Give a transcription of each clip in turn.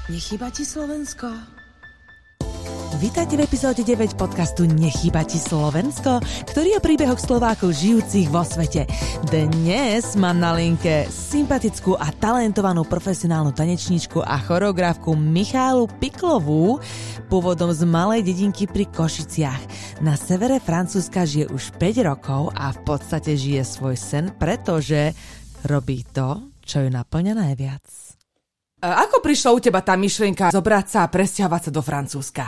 Nechýba ti Slovensko? Vítajte v epizóde 9 podcastu Nechýba ti Slovensko, ktorý je o príbehoch Slovákov žijúcich vo svete. Dnes mám na linke sympatickú a talentovanú profesionálnu tanečníčku a choreografku Michálu Piklovú, pôvodom z malej dedinky pri Košiciach. Na severe Francúzska žije už 5 rokov a v podstate žije svoj sen, pretože robí to, čo ju naplňa najviac. Ako prišla u teba tá myšlienka zobrať sa a presťahovať sa do Francúzska?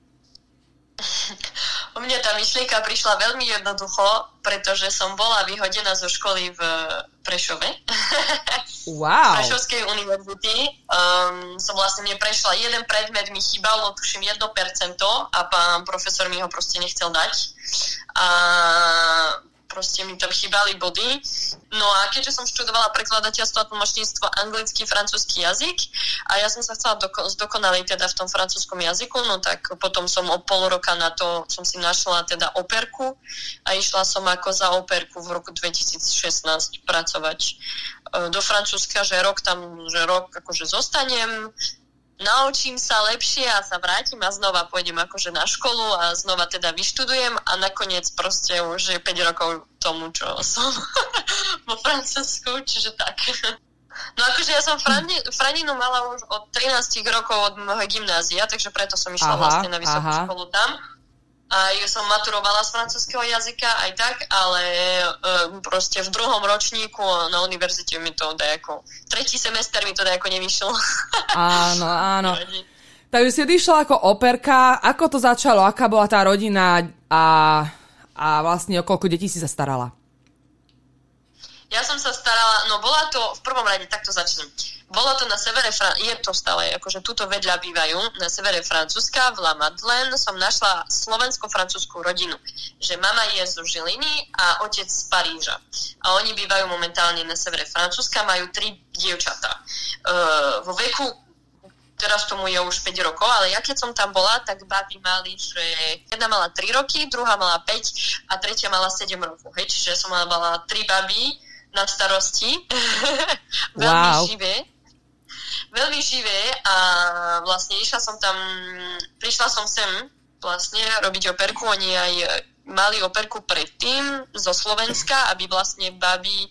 U mňa tá myšlienka prišla veľmi jednoducho, pretože som bola vyhodená zo školy v Prešove. Wow. Z Prešovskej univerzity. Som vlastne neprešla, jeden predmet mi chýbalo, tuším 1% a pán profesor mi ho proste nechcel dať. A proste mi tam chýbali body. No a keďže som študovala prekladateľstvo a tlmočníctvo anglický, francúzsky jazyk a ja som sa chcela zdokonaliť teda v tom francúzskom jazyku, no tak potom som o pol roka na to som si našla teda operku a išla som ako za operku v roku 2016 pracovať do Francúzska, že rok akože zostanem, naučím sa lepšie a sa vrátim a znova pôjdem akože na školu a znova teda vyštudujem a nakoniec proste už je 5 rokov tomu, čo som vo Francúzsku, čiže tak. No akože ja som franinu mala už od 13 rokov od môjho gymnázia, takže preto som išla vlastne na vysokú školu tam. A ja som maturovala z francúzskeho jazyka aj tak, ale proste v druhom ročníku na univerzite mi to dajako, tretí semester mi to dajako nevyšlo. Áno. Takže si odišla ako operka. Ako to začalo? Aká bola tá rodina a vlastne o koľko detí si sa starala? Ja som sa starala, no bola to, v prvom rade takto začnem. Bolo to na severe, je to stále, akože tuto vedľa bývajú, na severe Francúzska, v La Madeleine, som našla slovensko-francúzskú rodinu. Že mama je zo Žiliny a otec z Paríža. A oni bývajú momentálne na severe Francúzska, majú 3 dievčatá. Vo veku, teraz tomu je už 5 rokov, ale ja keď som tam bola, tak baby mali, že jedna mala 3 roky, druhá mala 5 a tretia mala 7 rokov. Hej, čiže som mala 3 baby na starosti. Veľmi živé a vlastne prišla som sem vlastne robiť operku, oni aj mali operku predtým zo Slovenska, aby vlastne baby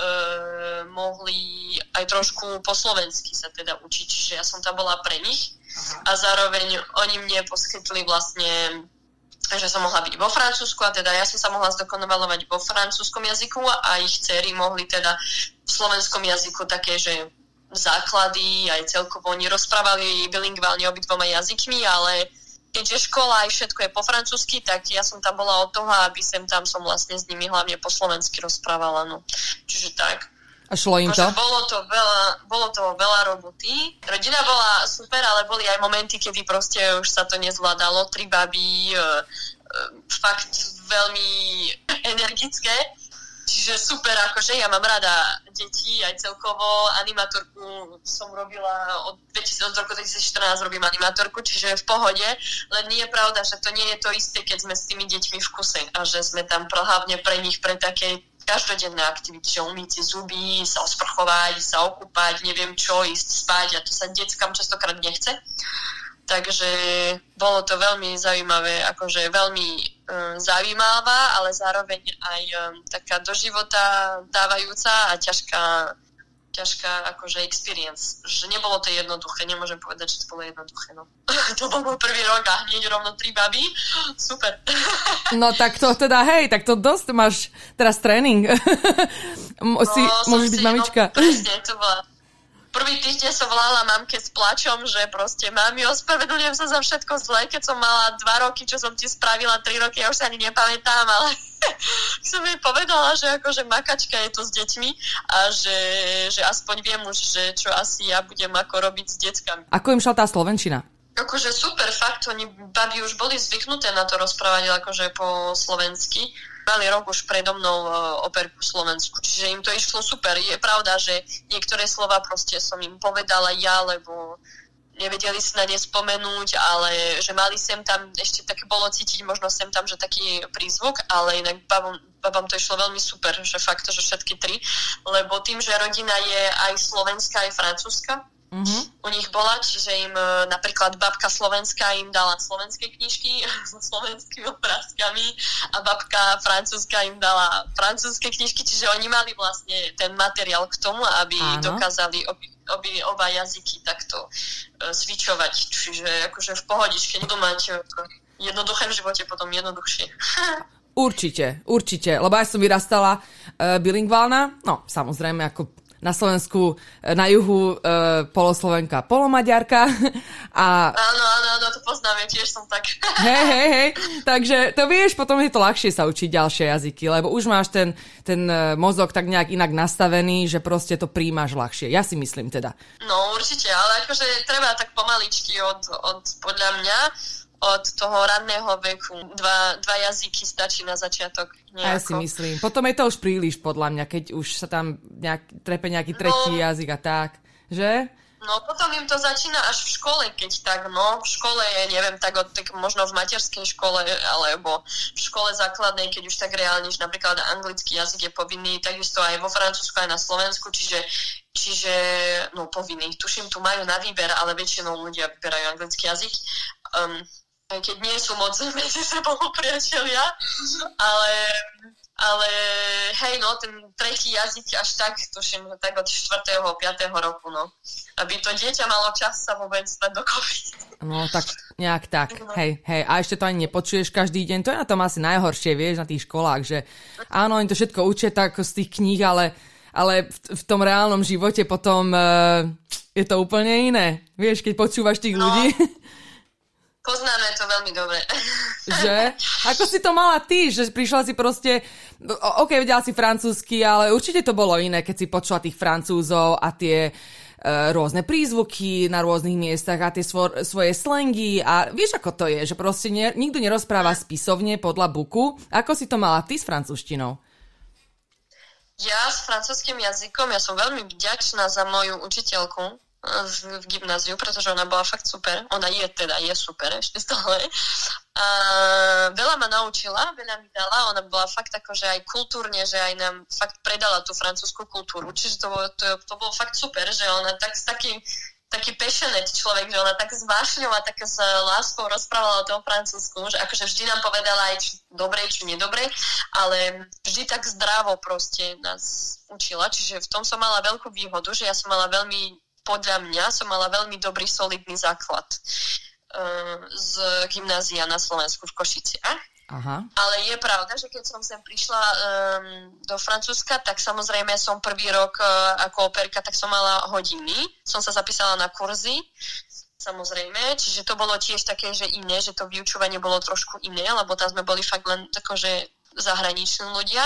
mohli aj trošku po slovensky sa teda učiť, čiže ja som tam bola pre nich a zároveň oni mne poskytli vlastne, že som mohla byť vo Francúzsku a teda ja som sa mohla zdokonalovať vo francúzskom jazyku a ich dcery mohli teda v slovenskom jazyku také, že základy, aj celkovo oni rozprávali bilingválne obidvoma jazykmi, ale keďže škola aj všetko je po francúzsky, tak ja som tam bola od toho, aby sem tam som vlastne s nimi hlavne po slovensky rozprávala, no. Čiže tak. A šlo im to? Bolo to veľa roboty. Rodina bola super, ale boli aj momenty, kedy proste už sa to nezvládalo. 3 baby, fakt veľmi energické. Čiže super, akože ja mám rada deti, aj celkovo animatorku som robila od roku 2014 robím animatorku, čiže v pohode, len nie je pravda, že to nie je to isté, keď sme s tými deťmi v kuse a že sme tam hlavne pre nich, pre také každodenné aktivity, že umyť si zuby, sa osprchovať, sa okúpať, neviem čo, ísť spať a to sa deckám častokrát nechce. Takže bolo to veľmi zaujímavé, akože veľmi zaujímavá, ale zároveň aj taká do života dávajúca a ťažká akože experience. Že nebolo to jednoduché, nemôžem povedať, že to bolo jednoduché. No. To bol môj prvý rok a hneď rovno 3 baby. Super. No tak to teda, hej, tak to dosť máš teraz tréning. Môžeš byť mamička. No, presne, to bola. Prvý týždeň som volala mamke s plačom, že proste mami, ospravedlňujem sa za všetko zlé, keď som mala 2 roky, čo som ti spravila 3 roky, ja už sa ani nepamätám, ale som jej povedala, že akože makačka je to s deťmi a že aspoň viem už, že čo asi ja budem ako robiť s deckami. Ako im šla tá slovenčina? Akože super, fakt, oni babi už boli zvyknuté na to rozprávať akože po slovensky. Mali rok už predo mnou operku Slovensku, čiže im to išlo super. Je pravda, že niektoré slova proste som im povedala ja, lebo nevedeli si na ne spomenúť, ale že mali sem tam, ešte také bolo cítiť možno sem tam, že taký prízvuk, ale inak babám to išlo veľmi super, že fakt, že všetky 3, lebo tým, že rodina je aj slovenská, aj francúzska, u nich bola, čiže im napríklad babka slovenská im dala slovenské knižky so slovenskými obrázkami a babka francúzska im dala francúzske knižky, čiže oni mali vlastne ten materiál k tomu, aby dokázali oba jazyky takto switchovať. Čiže akože v pohodičke budú mať jednoduché v živote, potom jednoduchšie. Určite, lebo ja som vyrastala bilingválna, no samozrejme ako na Slovensku, na juhu poloslovenka, polomaďarka. Áno, to poznáme, tiež som tak. Hej, takže to vieš, potom je to ľahšie sa učiť ďalšie jazyky, lebo už máš ten mozog tak nejak inak nastavený, že proste to príjmaš ľahšie. Ja si myslím teda. No určite, ale akože treba tak pomaličky od podľa mňa, od toho ranného veku. Dva jazyky stačí na začiatok. Nejako. Ja si myslím. Potom je to už príliš, podľa mňa, keď už sa tam trepe nejaký tretí jazyk a tak. Že? No potom im to začína až v škole, keď tak, v škole je, neviem, tak možno v materskej škole, alebo v škole základnej, keď už tak reálne, že napríklad anglický jazyk je povinný, takisto aj vo Francúzsku, aj na Slovensku, čiže povinný. Tuším, tu majú na výber, ale väčšinou ľudia vyberajú anglický jazyk. Aj keď nie sú moc medzi sebou priatelia, ale hej, ten tretí jazyk až tak, tuším, tak od 4. 5. roku, aby to dieťa malo čas sa vôbec dať dokopy. No, tak nejak tak, hej, a ešte to ani nepočuješ každý deň, to je na tom asi najhoršie, vieš, na tých školách, že áno, oni to všetko učia tak z tých kníh, ale v tom reálnom živote potom je to úplne iné, vieš, keď počúvaš tých ľudí. Poznáme to veľmi dobre. Že? Ako si to mala ty? Že prišla si proste... OK, vedela si francúzsky, ale určite to bolo iné, keď si počula tých Francúzov a tie rôzne prízvuky na rôznych miestach a tie svoje slangy a vieš, ako to je, že proste nikto nerozpráva spisovne podľa buku. Ako si to mala ty s francúzštinou? Ja s francúzským jazykom, ja som veľmi vďačná za moju učiteľku v gymnáziu, pretože ona bola fakt super. Ona je super ešte stále. A veľa ma naučila, veľa mi dala. Ona bola fakt akože aj kultúrne, že aj nám fakt predala tú francúzsku kultúru. Čiže to bolo fakt super, že ona tak taký passionate človek, že ona tak s vášňou a tak s láskou rozprávala o tom Francúzsku, že akože vždy nám povedala aj či dobre, či nedobre, ale vždy tak zdravo proste nás učila. Čiže v tom som mala veľkú výhodu, že ja som mala podľa mňa som mala veľmi dobrý, solidný základ z gymnázia na Slovensku v Košiciach. Aha. Ale je pravda, že keď som sem prišla do Francúzska, tak samozrejme som prvý rok ako operka, tak som mala hodiny. Som sa zapísala na kurzy, samozrejme, čiže to bolo tiež také, že iné, že to vyučovanie bolo trošku iné, lebo tam sme boli fakt len takože zahraniční ľudia.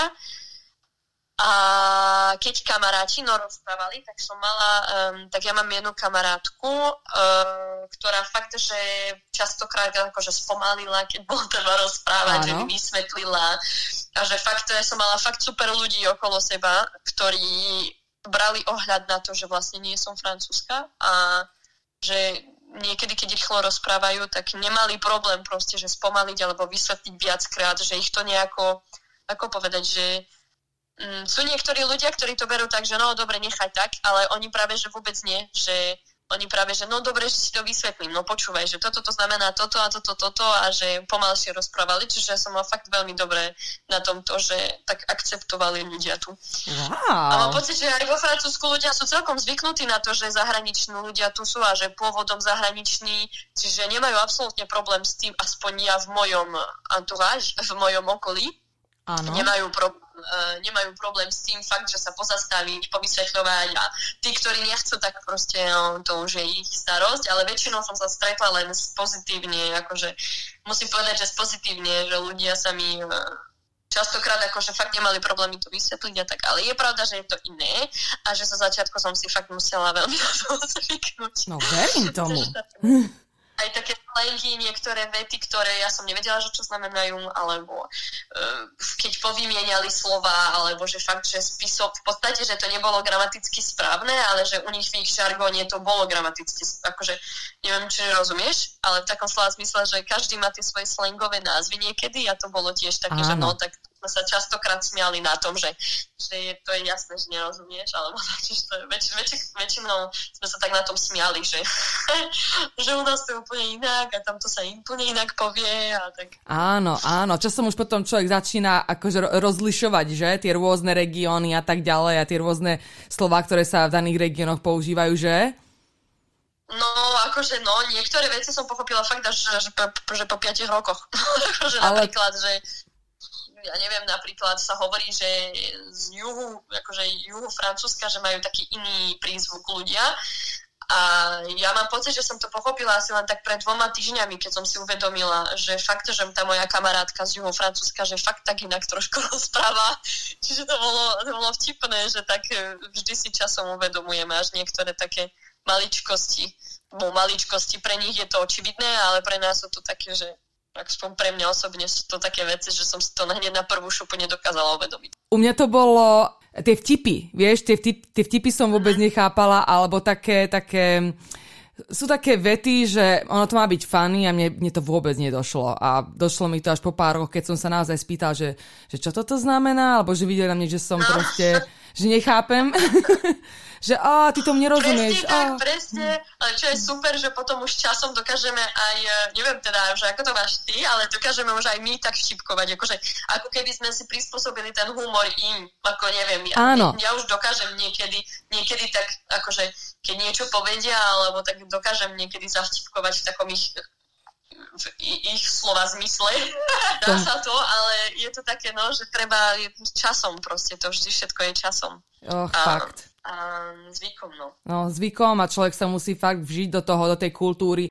A keď kamaráti rozprávali, tak som mala, tak ja mám jednu kamarátku, ktorá fakt, že častokrát akože spomalila, keď bolo treba rozprávať, že mi vysvetlila a že fakt, ja som mala fakt super ľudí okolo seba, ktorí brali ohľad na to, že vlastne nie som francúzska a že niekedy, keď rýchlo rozprávajú, tak nemali problém proste, že spomaliť alebo vysvetliť viackrát, že ich to nejako, ako povedať, že sú niektorí ľudia, ktorí to berú tak, že no dobre, nechaj tak, ale oni práve, že vôbec nie, že oni práve, že no dobre, že si to vysvetlím, no počúvaj, že toto znamená toto a toto a že pomalšie rozprávali, čiže som mal fakt veľmi dobre na tomto, že tak akceptovali ľudia tu. Wow. A mám pocit, že aj vo Francúzsku ľudia sú celkom zvyknutí na to, že zahraniční ľudia tu sú a že pôvodom zahraniční, čiže nemajú absolútne problém s tým, aspoň ja v mojom entourage, v mojom okolí. Áno. Nemajú problém s tým fakt, že sa pozastaviť, povysvetľovať a tí, ktorí nechcú, tak proste to už je ich starosť, ale väčšinou som sa stretla len pozitívne, akože musím povedať, že pozitívne, že ľudia sa mi častokrát akože fakt nemali problémy to vysvetliť a tak, ale je pravda, že je to iné a že sa začiatku som si fakt musela veľmi na to zvyknúť. No verím tomu. Aj také slangy, niektoré vety, ktoré ja som nevedela, že čo znamenajú, alebo keď povymieniali slova, alebo že fakt, že spisov, v podstate, že to nebolo gramaticky správne, ale že u nich v ich žargóne to bolo gramaticky, akože neviem, či rozumieš, ale v takom slova zmysle, že každý má tie svoje slangové názvy niekedy a to bolo tiež také, že no, tak sme sa častokrát smiali na tom, že to je jasné, že nerozumieš, alebo väčšinou sme sa tak na tom smiali, že u nás to je úplne inak a tamto sa úplne inak povie a tak. Áno, časom už potom človek začína akože rozlišovať, že tie rôzne regióny a tak ďalej a tie rôzne slová, ktoré sa v daných regiónoch používajú, že? No, akože niektoré veci som pochopila fakt až že po 5 rokoch. Akože napríklad, že ja neviem, napríklad sa hovorí, že z juhu Francúzska, že majú taký iný prízvuk ľudia. A ja mám pocit, že som to pochopila asi len tak pred 2 týždňami, keď som si uvedomila, že fakt, že tá moja kamarátka z juhu Francúzska, že fakt tak inak trošku rozpráva. Čiže to bolo vtipné, že tak vždy si časom uvedomujeme až niektoré také maličkosti, pre nich je to očividné, ale pre nás sú to také, že aspoň pre mňa osobne sú to také veci, že som si to hneď na prvú šupu nedokázala uvedomiť. U mňa to bolo tie vtipy, vieš, tie vtipy som vôbec nechápala, alebo také sú také vety, že ono to má byť funny a mne to vôbec nedošlo. A došlo mi to až po pár rokoch, keď som sa naozaj spýtal, že čo toto znamená, alebo že videli na mne, že som proste, že nechápem. Že ty tomu nerozumieš. Presne, ale čo je super, že potom už časom dokážeme aj, neviem teda, že ako to máš ty, ale dokážeme už aj my tak vtipkovať, akože ako keby sme si prispôsobili ten humor im, ako neviem, ja už dokážem niekedy tak, akože keď niečo povedia, alebo tak dokážem niekedy zavtipkovať v takom ich slova zmysle. Dá sa to, ale je to také, že treba časom proste, to vždy všetko je časom. Fakt. A zvykom, zvykom a človek sa musí fakt vžiť do tej kultúry.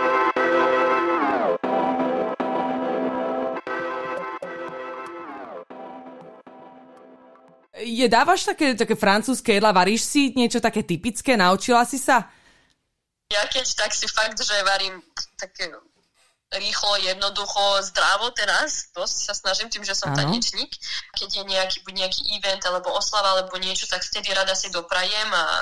Dávaš také francúzske jedlá, varíš si niečo také typické, naučila si sa? Ja keď tak si fakt, že varím také rýchlo, jednoducho, zdravo teraz. Dosť sa snažím tým, že som tanečník. Keď je nejaký event alebo oslava alebo niečo, tak vtedy rada si doprajem a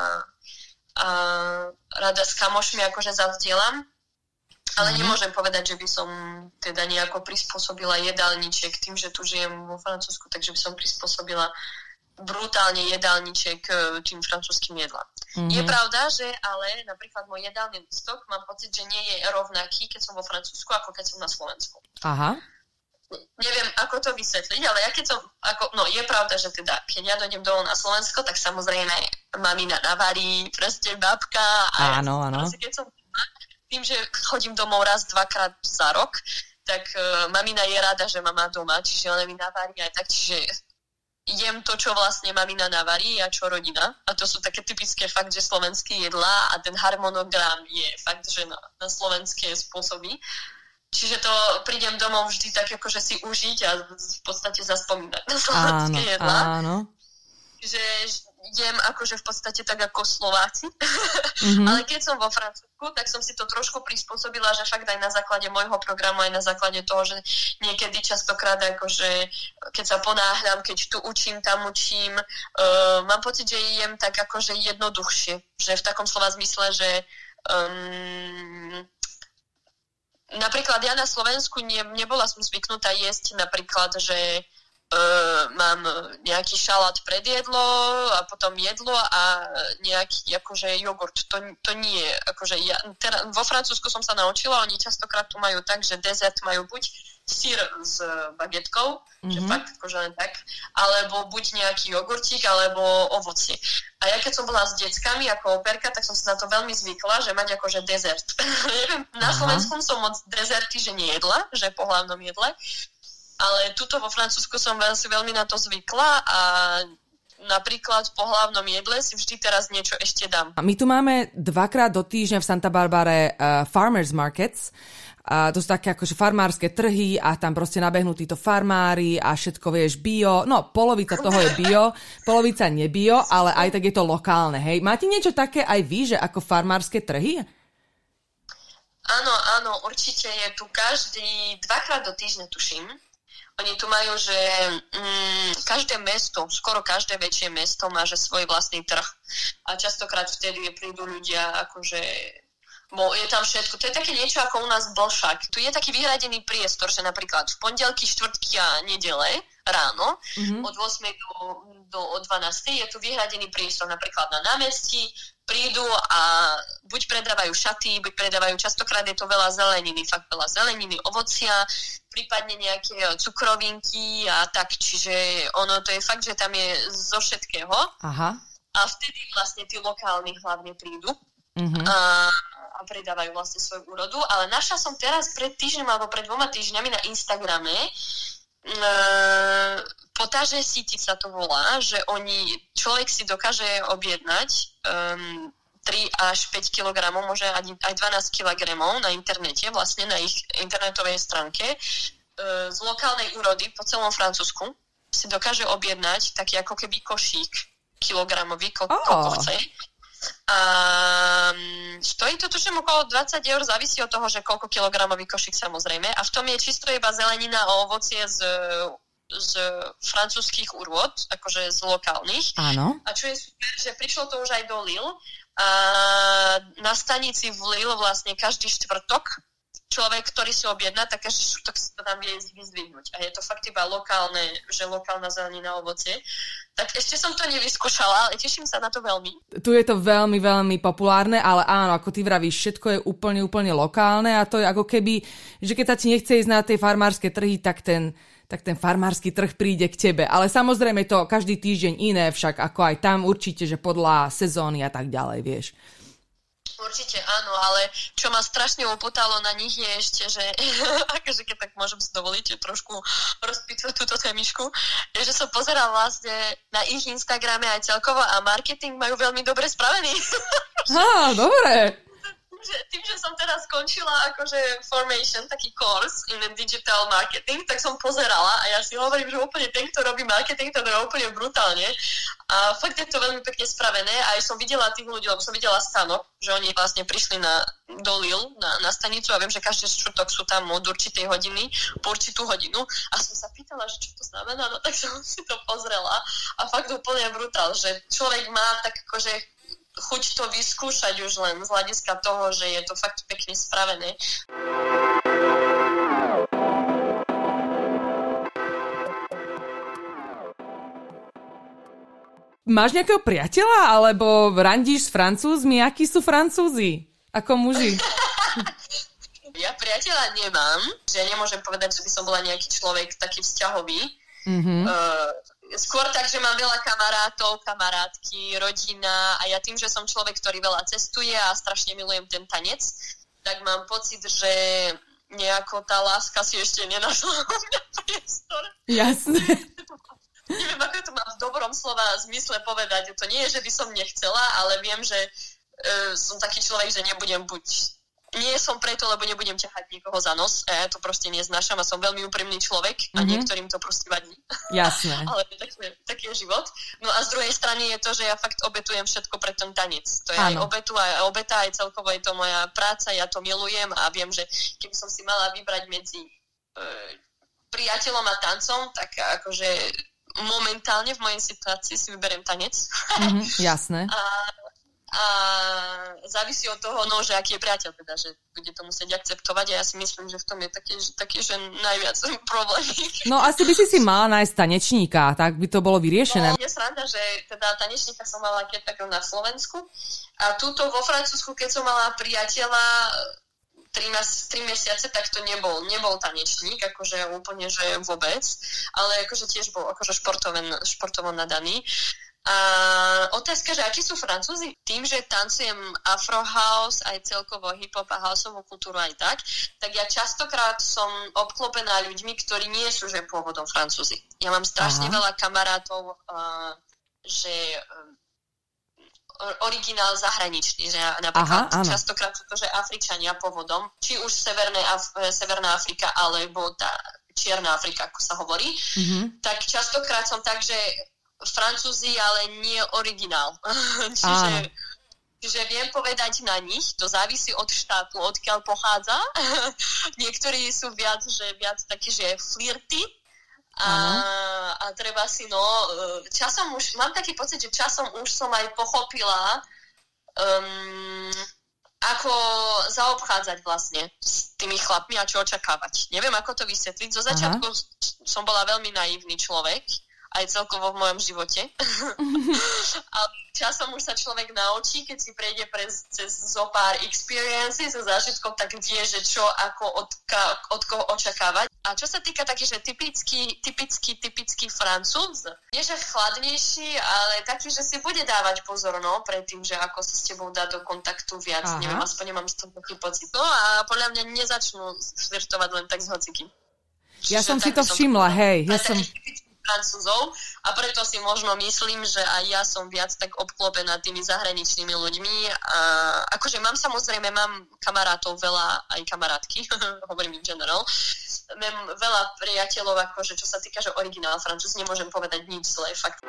rada s kamošmi akože zavzdielam. Ale nemôžem povedať, že by som teda nejako prispôsobila jedálniček tým, že tu žijem vo Francúzsku, takže by som prispôsobila brutálne jedálniček tým francúzským jedlám. Je pravda, že ale napríklad môj jedálny stok mám pocit, že nie je rovnaký, keď som vo Francúzsku, ako keď som na Slovensku. Aha. Neviem, ako to vysvetliť, ale ja keď som, je pravda, že teda, keď ja dojdem domov na Slovensko, tak samozrejme mamina navarí, proste babka a áno. Proste, keď som tým, že chodím domov raz, 2-krát za rok, tak mamina je rada, že ma má doma, čiže ona mi navarí aj tak, čiže jem to, čo vlastne mamina navarí a čo rodina. A to sú také typické fakt, že slovenské jedlá a ten harmonogram je fakt, že na slovenské spôsoby. Čiže to prídem domov vždy tak, akože si užiť a v podstate zaspomínať na slovenské jedlá. Áno. Čiže jem akože v podstate tak ako Slováci. Ale keď som vo Francúzsku, tak som si to trošku prispôsobila, že fakt aj na základe môjho programu, aj na základe toho, že niekedy častokrát akože keď sa ponáhľam, keď tu učím, tam učím, mám pocit, že jem tak akože jednoduchšie. Že v takom slova zmysle, že napríklad ja na Slovensku nebola som zvyknutá jesť napríklad, že mám nejaký šalát pred jedlo a potom jedlo a nejaký akože jogurt. To nie je. Akože vo Francúzsku som sa naučila, oni častokrát tu majú tak, že dezert majú buď syr s bagetkou, že fakt akože len tak, alebo buď nejaký jogurtík, alebo ovocie. A ja keď som bola s deckami ako operka, tak som sa na to veľmi zvykla, že mať akože dezert. Na Slovensku som moc dezerty, že nejedla, že po hlavnom jedle. Ale tuto vo Francúzsku som si veľmi na to zvykla a napríklad po hlavnom jedle si vždy teraz niečo ešte dám. My tu máme 2-krát do týždňa v Santa Barbare farmers markets. To sú také akože farmárske trhy a tam proste nabehnú títo farmári a všetko vieš bio. No, polovica toho je bio, polovica nebio, ale aj tak je to lokálne, hej. Máte niečo také aj vy, že ako farmárske trhy? Áno, určite je tu každý 2-krát do týždňa, tuším. Oni tu majú, že každé mesto, skoro každé väčšie mesto má, že svoj vlastný trh. A častokrát vtedy prídu ľudia akože Je tam všetko. To je také niečo ako u nás Blšak. Tu je taký vyhradený priestor, že napríklad v pondelky, štvrtky a nedele ráno od 8 do 12 je tu vyhradený priestor napríklad na námestí, prídu a buď predávajú šaty, buď predávajú, častokrát je to veľa zeleniny, fakt veľa zeleniny, ovocia, prípadne nejaké cukrovinky a tak, čiže ono to je fakt, že tam je zo všetkého. Aha. A vtedy vlastne tí lokálni hlavne prídu a predávajú vlastne svoju úrodu, ale našla som teraz pred týždňom alebo pred 2 týždňami na Instagrame Potaže síti sa to volá, že človek si dokáže objednať 3 až 5 kg, môže aj 12 kg na internete, vlastne na ich internetovej stránke z lokálnej úrody po celom Francúzsku si dokáže objednať taký ako keby košík kilogramový, koľko chce. A stojí to tuším okolo 20 €, závisí od toho, že koľko kilogramový košík samozrejme. A v tom je čisto iba zelenina a ovocie z francúzskych úrod, akože z lokálnych. Áno. A čo je super, že prišlo to už aj do Lille. A na stanici v Lille vlastne každý štvrtok človek, ktorý si objedná, tak každý štvrtok si to tam vie vyzdvihnúť. A je to fakt iba lokálna zelenina a ovocie. Tak ešte som to nevyskúšala, ale teším sa na to veľmi. Tu je to veľmi, veľmi populárne, ale áno, ako ty vravíš, všetko je úplne, úplne lokálne a to je ako keby, že keď sa ti nechce ísť na tie farmárske trhy, tak ten farmársky trh príde k tebe. Ale samozrejme to každý týždeň iné, však ako aj tam určite, že podľa sezóny a tak ďalej, vieš. Určite áno, ale čo ma strašne opotalo na nich je ešte, že akože keď tak môžem si dovoliť trošku rozpitvať túto témičku, je, že som pozerala vlastne na ich Instagrame aj celkovo a marketing majú veľmi dobre spravený. Dobre. Tým, že som teraz skončila akože formation, taký course in digital marketing, tak som pozerala a ja si hovorím, že úplne ten, kto robí marketing, to je úplne brutálne. A fakt je to veľmi pekne spravené a aj som videla tých ľudí, lebo som videla stánok, že oni vlastne prišli do Lille na stanicu a viem, že každý štvrtok sú tam od určitej hodiny po určitú hodinu a som sa pýtala, že čo to znamená, no tak som si to pozrela a fakt úplne brutál, že človek má tak akože chuť to vyskúšať už len z hľadiska toho, že je to fakt pekne spravené. Máš nejakého priateľa, alebo randíš s Francúzmi? Akí sú Francúzi? Ako muži? Ja priateľa nemám, že nemôžem povedať, že by som bola nejaký človek taký vzťahový. Skôr tak, že mám veľa kamarátov, kamarátky, rodina a ja tým, že som človek, ktorý veľa cestuje a strašne milujem ten tanec, tak mám pocit, že nejako tá láska si ešte nenašla u mňa priestor. Jasné. Neviem, ako to mám v dobrom slova zmysle povedať. To nie je, že by som nechcela, ale viem, že som taký človek, že nebudem nie som preto, lebo nebudem ťahať niekoho za nos. Ja to proste neznášam a som veľmi úprimný človek a niektorým to proste vadí. Jasné. Ale taký je život. No a z druhej strany je to, že ja fakt obetujem všetko pre ten tanec. To je aj obeta, aj celkovo je to moja práca, ja to milujem a viem, že keby som si mala vybrať medzi priateľom a tancom, tak akože momentálne v mojej situácii si vyberiem tanec. Jasné. A závisí od toho, že aký je priateľ, teda, že bude to musieť akceptovať a ja si myslím, že v tom je taký že najviac problém. No asi by si mala nájsť tanečníka, tak by to bolo vyriešené. No, je sranda, že teda tanečníka som mala keď tak na Slovensku a túto vo Francúzsku, keď som mala priateľa 3 mesiace, tak to nebol tanečník, akože úplne, že vôbec, ale akože tiež bol akože športovo nadaný. A otázka, že akí sú Francúzi? Tým, že tancujem afro house, aj celkovo hip-hop a houseovú kultúru aj tak ja častokrát som obklopená ľuďmi, ktorí nie sú že pôvodom Francúzi. Ja mám strašne veľa kamarátov, že originál zahraničný, že napríklad častokrát sú to, že Afričania pôvodom, či už Severná Afrika, alebo tá Čierna Afrika, ako sa hovorí, tak častokrát som tak, že Francúzi, ale nie originál. Čiže viem povedať na nich, to závisí od štátu, odkiaľ pochádza. Niektorí sú viac takí, že flirty a treba si, časom už, mám taký pocit, že časom už som aj pochopila ako zaobchádzať vlastne s tými chlapmi a čo očakávať. Neviem, ako to vysvetliť. Zo začiatku som bola veľmi naivný človek, aj celkovo v mojom živote. Ale časom už sa človek naučí, keď si prejde cez zo pár experiences, zo zážitkov, tak vie, že čo, ako, od koho očakávať. A čo sa týka taký, že typický Francúz, nie že chladnejší, ale taký, že si bude dávať pozor, no, predtým, že ako sa s tebou dá do kontaktu viac. Neviem, aspoň nemám z toho taký pocit. No a podľa mňa nezačnú flirtovať len tak s hocikým. Ja som si to všimla, hej. Ja som... Francúzov a preto si možno myslím, že aj ja som viac tak obklopená tými zahraničnými ľuďmi. A akože mám kamarátov veľa, aj kamarátky, hovorím in general. Mám veľa priateľov, akože čo sa týka, že originál Francúz, nemôžem povedať nič zlé, fakt.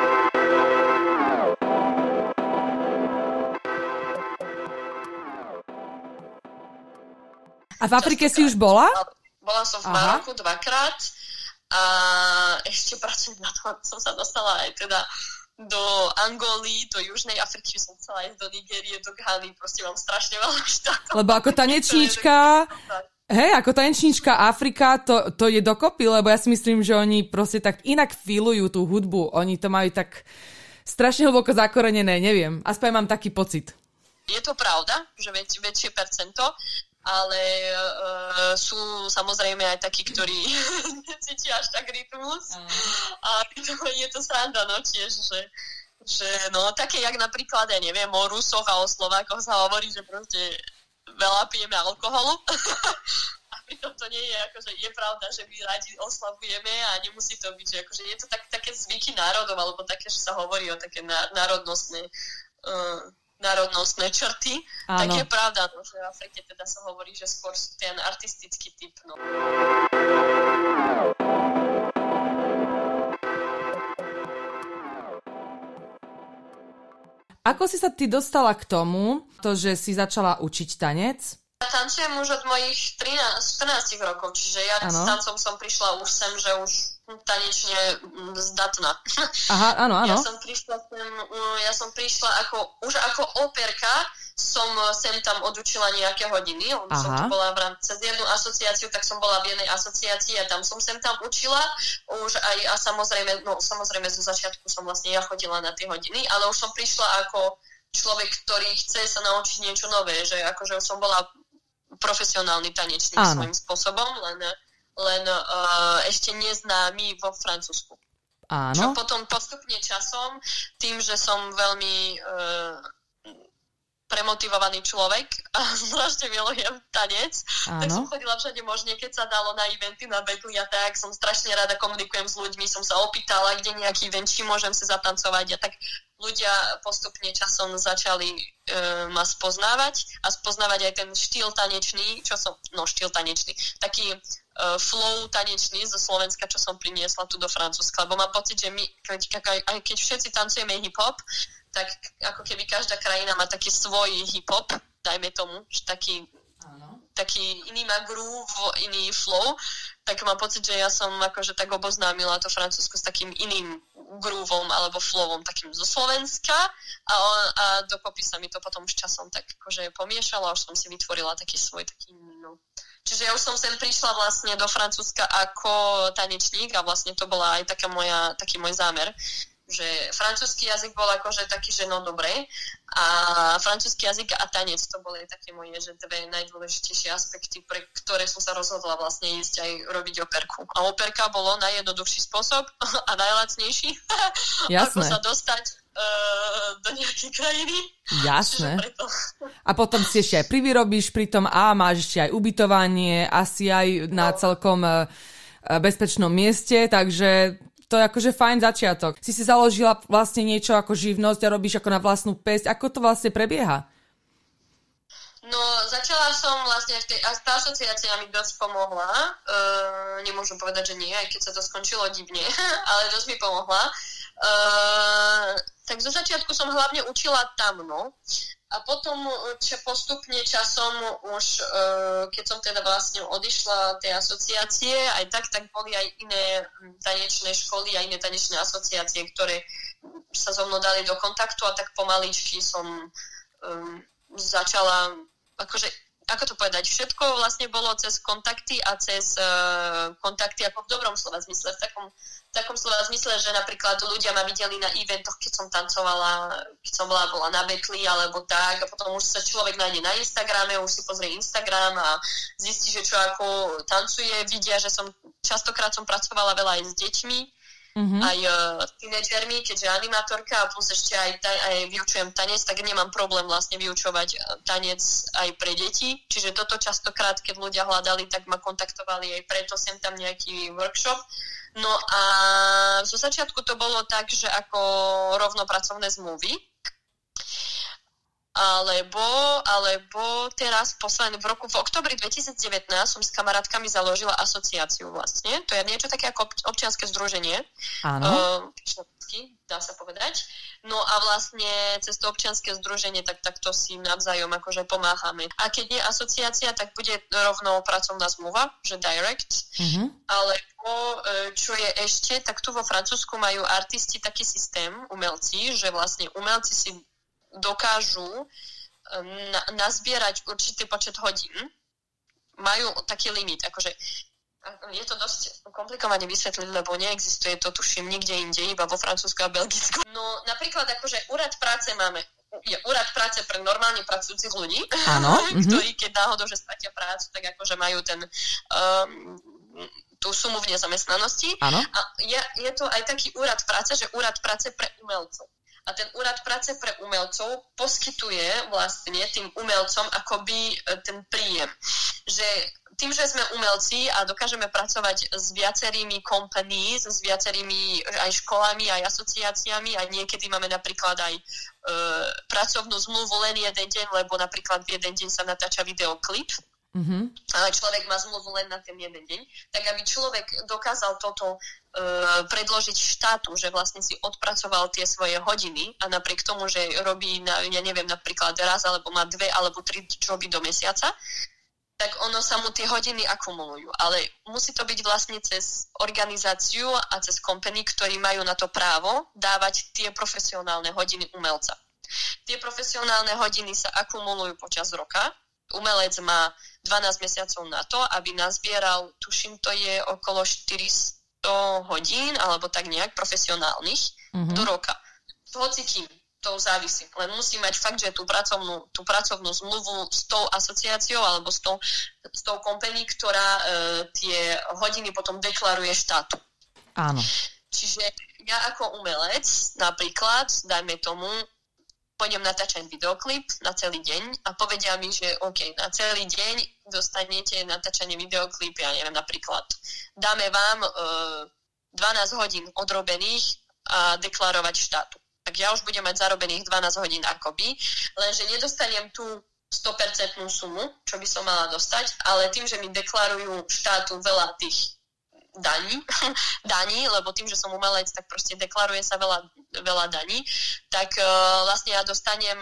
A v Afrike si už bola? Bola som v Maroku 2-krát. A ešte pracujem na tom, som sa dostala aj teda do Angoly, do Južnej Afriky, som chcela ísť do Nigérie, do Ghany, proste mám strašne veľa štátov. Lebo ako tanečníčka, ako tanečníčka Afrika, to je dokopy, lebo ja si myslím, že oni proste tak inak feelujú tú hudbu, oni to majú tak strašne hlboko zakorenené, neviem, aspoň mám taký pocit. Je to pravda, že väčšie percento, ale sú samozrejme aj takí, ktorí necítia až tak rytmus. A je to sranda, no tiež, že no také, jak napríklad, ja neviem, o Rusoch a o Slovákoch sa hovorí, že proste veľa pijeme alkoholu. A pritom to nie je, akože je pravda, že my radi oslavujeme a nemusí to byť, že akože je to také zvyky národov, alebo také, že sa hovorí o také národnostné črty, áno. Tak je pravda, no, že v Afrike teda sa hovorí, že skôr ten artistický typ. No. Ako si sa ty dostala k tomu, že si začala učiť tanec? Ja tancujem už od mojich 14 rokov, čiže ja s tancom som prišla už sem, že už tanečne zdatná. Aha, áno. Ja som prišla už ako operka, som sem tam odučila nejaké hodiny. Som tu bola cez jednu asociáciu, tak som bola v jednej asociácii a tam som sem tam učila. Už aj, a samozrejme zo začiatku som vlastne ja chodila na tie hodiny, ale už som prišla ako človek, ktorý chce sa naučiť niečo nové, že akože som bola profesionálny tanečník svojím spôsobom, len ešte neznámy vo Francúzsku. Áno. Čo potom postupne časom, tým, že som veľmi premotivovaný človek a strašne milujem tanec, tak som chodila všade možne, keď sa dalo na eventy, na battle a tak, som strašne rada komunikujem s ľuďmi, som sa opýtala, kde nejaký event, či môžem sa zatancovať a tak ľudia postupne časom začali ma spoznávať a spoznávať aj ten štýl tanečný, štýl tanečný, taký flow tanečný zo Slovenska, čo som priniesla tu do Francúzska, lebo mám pocit, že my, keď všetci tancujeme hip-hop, tak ako keby každá krajina má taký svoj hip-hop, dajme tomu, že taký iný má groove, iný flow, tak mám pocit, že ja som akože tak oboznámila to Francúzsko s takým iným groovom alebo flowom, takým zo Slovenska a dokopy sa mi to potom s časom tak akože pomiešalo a už som si vytvorila taký svoj taký Čiže ja už som sem prišla vlastne do Francúzska ako tanečník a vlastne to bola aj taký môj zámer, že francúzsky jazyk bol akože taký, že no dobre a francúzsky jazyk a tanec to boli také moje, že dve najdôležitejšie aspekty, pre ktoré som sa rozhodla vlastne ísť aj robiť operku. A operka bolo najjednoduchší spôsob a najlacnejší, ako sa dostať do nejakej krajiny. Jasné. A potom si ešte aj privyrobíš pri tom a máš ešte aj ubytovanie, asi aj na celkom bezpečnom mieste, takže to je akože fajn začiatok. Si založila vlastne niečo ako živnosť a robíš ako na vlastnú päsť. Ako to vlastne prebieha? No, začala som vlastne tá asociácia mi dosť pomohla. Nemôžem povedať, že nie, aj keď sa to skončilo divne, ale dosť mi pomohla. Tak zo začiatku som hlavne učila tam, no. A potom postupne časom už, keď som teda vlastne odišla tej asociácie, aj tak boli aj iné tanečné školy a iné tanečné asociácie, ktoré sa so mnou dali do kontaktu a tak pomaličky som začala, akože, ako to povedať, všetko vlastne bolo cez kontakty a cez kontakty ako v dobrom slova zmysle, v takom slova zmysle, že napríklad ľudia ma videli na eventoch, keď som tancovala, keď som bola na betli alebo tak, a potom už sa človek nájde na Instagrame, už si pozrie Instagram a zistí, že čo ako tancuje, vidia, že častokrát som pracovala veľa aj s deťmi, aj s tínedžermi, keďže animátorka a plus ešte aj vyučujem tanec, tak nemám problém vlastne vyučovať tanec aj pre deti. Čiže toto častokrát, keď ľudia hľadali, tak ma kontaktovali aj preto sem tam nejaký workshop. No a zo začiatku to bolo tak, že ako rovnopracovné zmluvy, alebo teraz v oktobri 2019 som s kamarátkami založila asociáciu vlastne. To je niečo také ako občianske združenie. Áno. Dá sa povedať. No a vlastne cez to občianske združenie takto si navzájom akože pomáhame. A keď nie asociácia, tak bude rovno pracovná zmluva, že direct. Alebo čo je ešte, tak tu vo Francúzsku majú artisti taký systém, umelci, že vlastne umelci si dokážu nazbierať určitý počet hodín. Majú taký limit, akože je to dosť komplikované vysvetliť, lebo neexistuje to, tuším, nikde inde, iba vo Francúzsku a Belgicku. No napríklad akože úrad práce je úrad práce pre normálne pracujúcich ľudí, ktorí keď náhodou, že stratia prácu, tak akože majú tú sumu v nezamestnanosti. Áno. A je to aj taký úrad práce, že úrad práce pre umelcov. A ten úrad práce pre umelcov poskytuje vlastne tým umelcom akoby ten príjem. Že tým, že sme umelci a dokážeme pracovať s viacerými companies, s viacerými aj školami, aj asociáciami a niekedy máme napríklad aj pracovnú zmluvu len jeden deň, lebo napríklad v jeden deň sa natáča videoklip, ale človek má zmluvu len na ten jeden deň, tak aby človek dokázal toto predložiť štátu, že vlastne si odpracoval tie svoje hodiny a napriek tomu, že robí, napríklad raz, alebo má 2 alebo 3 joby do mesiaca, tak ono sa mu tie hodiny akumulujú. Ale musí to byť vlastne cez organizáciu a cez company, ktorí majú na to právo dávať tie profesionálne hodiny umelca. Tie profesionálne hodiny sa akumulujú počas roka. Umelec má 12 mesiacov na to, aby nazbieral, tuším, to je okolo 400 hodín, alebo tak nejak profesionálnych do roka. Hocikým, to závisí. Len musí mať fakt, že tú pracovnú zmluvu s tou asociáciou alebo s tou company, ktorá tie hodiny potom deklaruje štátu. Áno. Čiže ja ako umelec napríklad, dajme tomu, pôjdem natáčať videoklip na celý deň a povedia mi, že OK, na celý deň dostanete natáčanie videoklip, ja neviem, napríklad dáme vám 12 hodín odrobených a deklarovať štátu. Tak ja už budem mať zarobených 12 hodín akoby, lenže nedostanem tú 100% sumu, čo by som mala dostať, ale tým, že mi deklarujú štátu veľa tých daní, lebo tým, že som umelec, tak proste deklaruje sa veľa daní, tak vlastne ja dostanem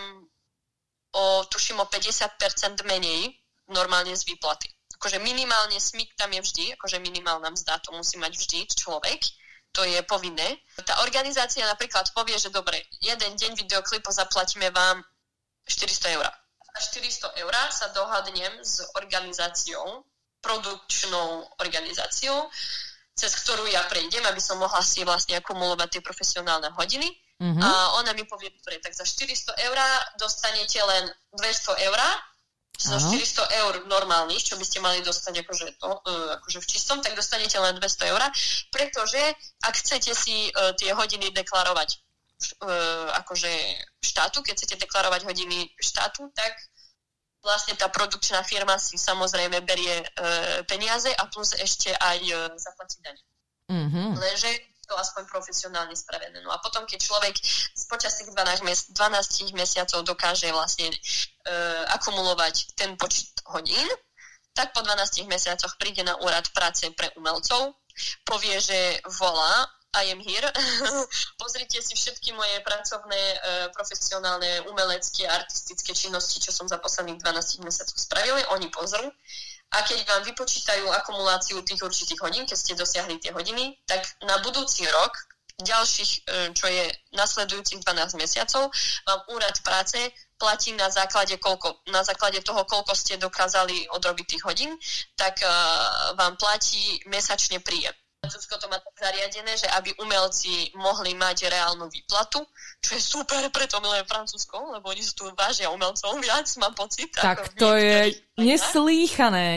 tuším o 50% menej normálne z výplaty. Akože minimálne SMIK tam je vždy, akože minimálna mzda, to musí mať vždy človek, to je povinné. Tá organizácia napríklad povie, že dobre, jeden deň videoklipu zaplatíme vám 400 eur. A 400 eur sa dohadnem s organizáciou, produkčnou organizáciou, cez ktorú ja prejdem, aby som mohla si vlastne akumulovať tie profesionálne hodiny. A ona mi povie, dobre, tak za 400 eur dostanete len 200 eur, za 400 eur normálnych, čo by ste mali dostať akože v čistom, tak dostanete len 200 eur, pretože ak chcete si tie hodiny deklarovať akože štátu, keď chcete deklarovať hodiny štátu, tak vlastne tá produkčná firma si samozrejme berie peniaze a plus ešte aj zaplatí dane. Lenže to aspoň profesionálne spravené. No a potom, keď človek počas tých 12 mesiacov dokáže vlastne akumulovať ten počet hodín, tak po 12 mesiacoch príde na úrad práce pre umelcov, povie, že volá, I am here. Pozrite si všetky moje pracovné, profesionálne, umelecké, artistické činnosti, čo som za posledných 12 mesiacov spravili. Oni pozrú. A keď vám vypočítajú akumuláciu tých určitých hodín, keď ste dosiahli tie hodiny, tak na budúci rok ďalších, čo je nasledujúcich 12 mesiacov, vám úrad práce platí na základe toho, koľko ste dokázali odrobiť tých hodín, tak vám platí mesačne príjem. Francúzsko to má tak zariadené, že aby umelci mohli mať reálnu výplatu, čo je super, preto milujem Francúzsko, lebo oni sú tu vážia umelcov viac, mám pocit. Tak to je neslýchané.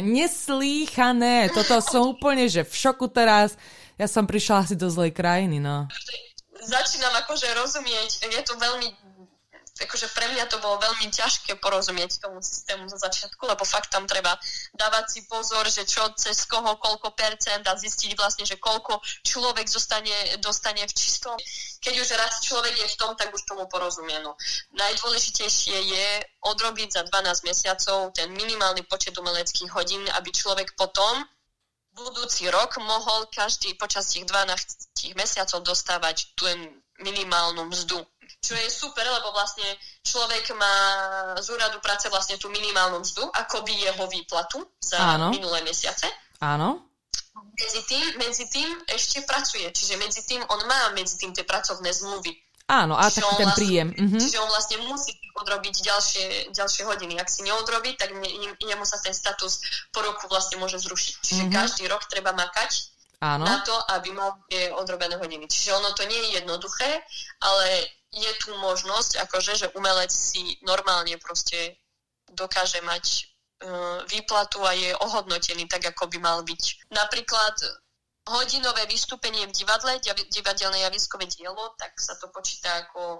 Toto som úplne, že v šoku teraz. Ja som prišla asi do zlej krajiny, no. Začínam akože rozumieť, je to veľmi, akože pre mňa to bolo veľmi ťažké porozumieť tomu systému zo začiatku, lebo fakt tam treba dávať si pozor, že čo cez koho, koľko percent a zistiť vlastne, že koľko človek dostane v čistom. Keď už raz človek je v tom, tak už tomu porozumie. No. Najdôležitejšie je odrobiť za 12 mesiacov ten minimálny počet umeleckých hodín, aby človek potom budúci rok mohol každý počas tých 12 mesiacov dostávať tú minimálnu mzdu. Čo je super, lebo vlastne človek má z úradu práce vlastne tú minimálnu mzdu, akoby jeho výplatu za minulé mesiace. Áno. Medzi tým ešte pracuje, čiže medzi tým on má tie pracovné zmluvy. Áno, a taký ten príjem. Čiže on vlastne musí odrobiť ďalšie hodiny. Ak si neodrobí, tak jemu sa ten status po roku vlastne môže zrušiť. Čiže každý rok treba makať na to, aby mal tie odrobené hodiny. Čiže ono to nie je jednoduché, ale je tu možnosť, akože, že umelec si normálne proste dokáže mať výplatu a je ohodnotený tak, ako by mal byť. Napríklad hodinové vystúpenie v divadle, divadelné javiskové dielo, tak sa to počíta ako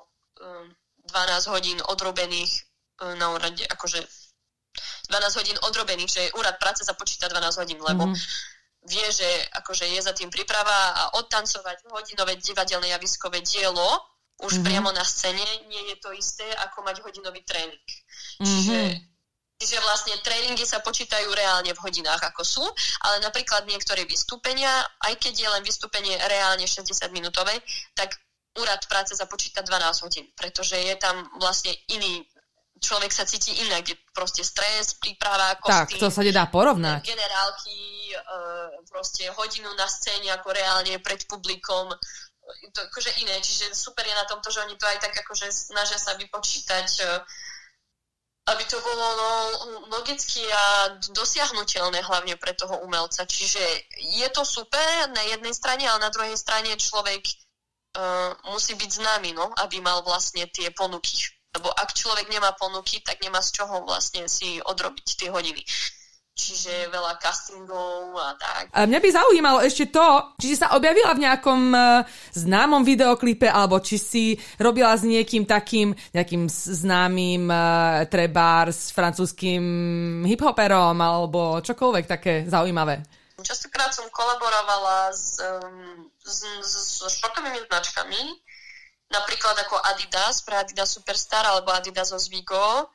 12 hodín odrobených na úrade, akože 12 hodín odrobených, že úrad práce započíta 12 hodín, lebo vie, že akože je za tým príprava a odtancovať hodinové divadelné javiskové dielo už priamo na scéne nie je to isté, ako mať hodinový tréning. Čiže vlastne tréningy sa počítajú reálne v hodinách, ako sú, ale napríklad niektoré vystúpenia, aj keď je len vystúpenie reálne 60-minútové, tak úrad práce započíta 12 hodín, pretože je tam vlastne iný, človek sa cíti inak, je proste stres, príprava, kostým. Tak, to sa nedá porovnať. Generálky, proste hodinu na scéne, ako reálne pred publikom, to akože iné, čiže super je na tomto, že oni to aj tak akože snažia sa vypočítať, aby to bolo logicky a dosiahnuteľné hlavne pre toho umelca. Čiže je to super na jednej strane, ale na druhej strane človek musí byť známy, aby mal vlastne tie ponuky. Lebo ak človek nemá ponuky, tak nemá z čoho vlastne si odrobiť tie hodiny. Čiže veľa castingov a tak. A mňa by zaujímalo ešte to, či si sa objavila v nejakom známom videoklipe, alebo či si robila s niekým takým, nejakým známym trebárs, francúzským hiphoperom, alebo čokoľvek také zaujímavé. Častokrát som kolaborovala s športovými značkami, napríklad ako Adidas, pre Adidas Superstar, alebo Adidas Oswego.